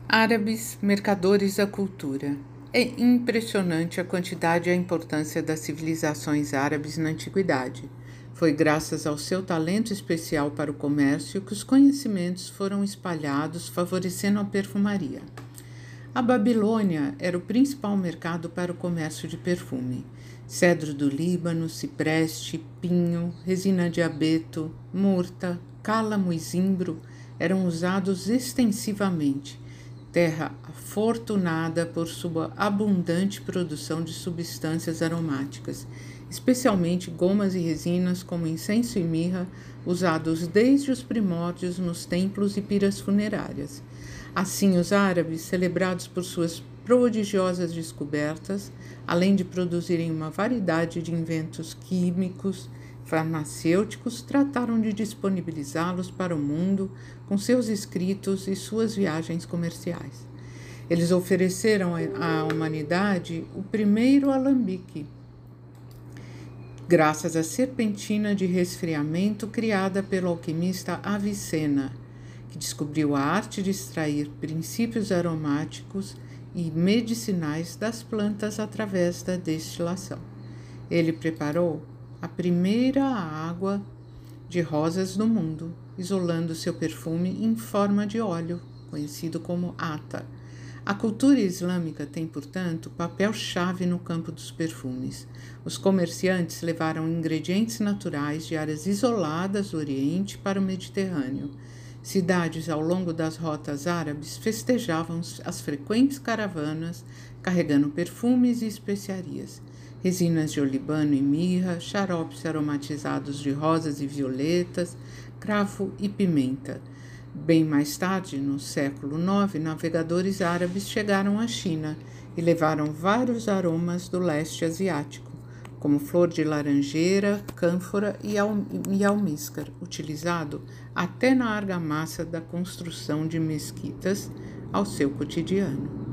Árabes, mercadores da cultura. É impressionante a quantidade e a importância das civilizações árabes na antiguidade. Foi graças ao seu talento especial para o comércio que os conhecimentos foram espalhados, favorecendo a perfumaria. A Babilônia era o principal mercado para o comércio de perfume. Cedro do Líbano, cipreste, pinho, resina de abeto, murta, cálamo e zimbro eram usados extensivamente. Terra afortunada por sua abundante produção de substâncias aromáticas, especialmente gomas e resinas como incenso e mirra, usados desde os primórdios nos templos e piras funerárias. Assim, os árabes, celebrados por suas prodigiosas descobertas, além de produzirem uma variedade de inventos químicos, farmacêuticos, trataram de disponibilizá-los para o mundo com seus escritos e suas viagens comerciais. Eles ofereceram à humanidade o primeiro alambique, graças à serpentina de resfriamento criada pelo alquimista Avicena, que descobriu a arte de extrair princípios aromáticos e medicinais das plantas através da destilação. Ele preparou a primeira água de rosas do mundo, isolando seu perfume em forma de óleo, conhecido como atar. A cultura islâmica tem, portanto, papel-chave no campo dos perfumes. Os comerciantes levaram ingredientes naturais de áreas isoladas do Oriente para o Mediterrâneo. Cidades ao longo das rotas árabes festejavam as frequentes caravanas, carregando perfumes e especiarias, resinas de olibano e mirra, xaropes aromatizados de rosas e violetas, cravo e pimenta. Bem mais tarde, no século IX, navegadores árabes chegaram à China e levaram vários aromas do leste asiático, como flor de laranjeira, cânfora e almíscar, utilizado até na argamassa da construção de mesquitas ao seu cotidiano.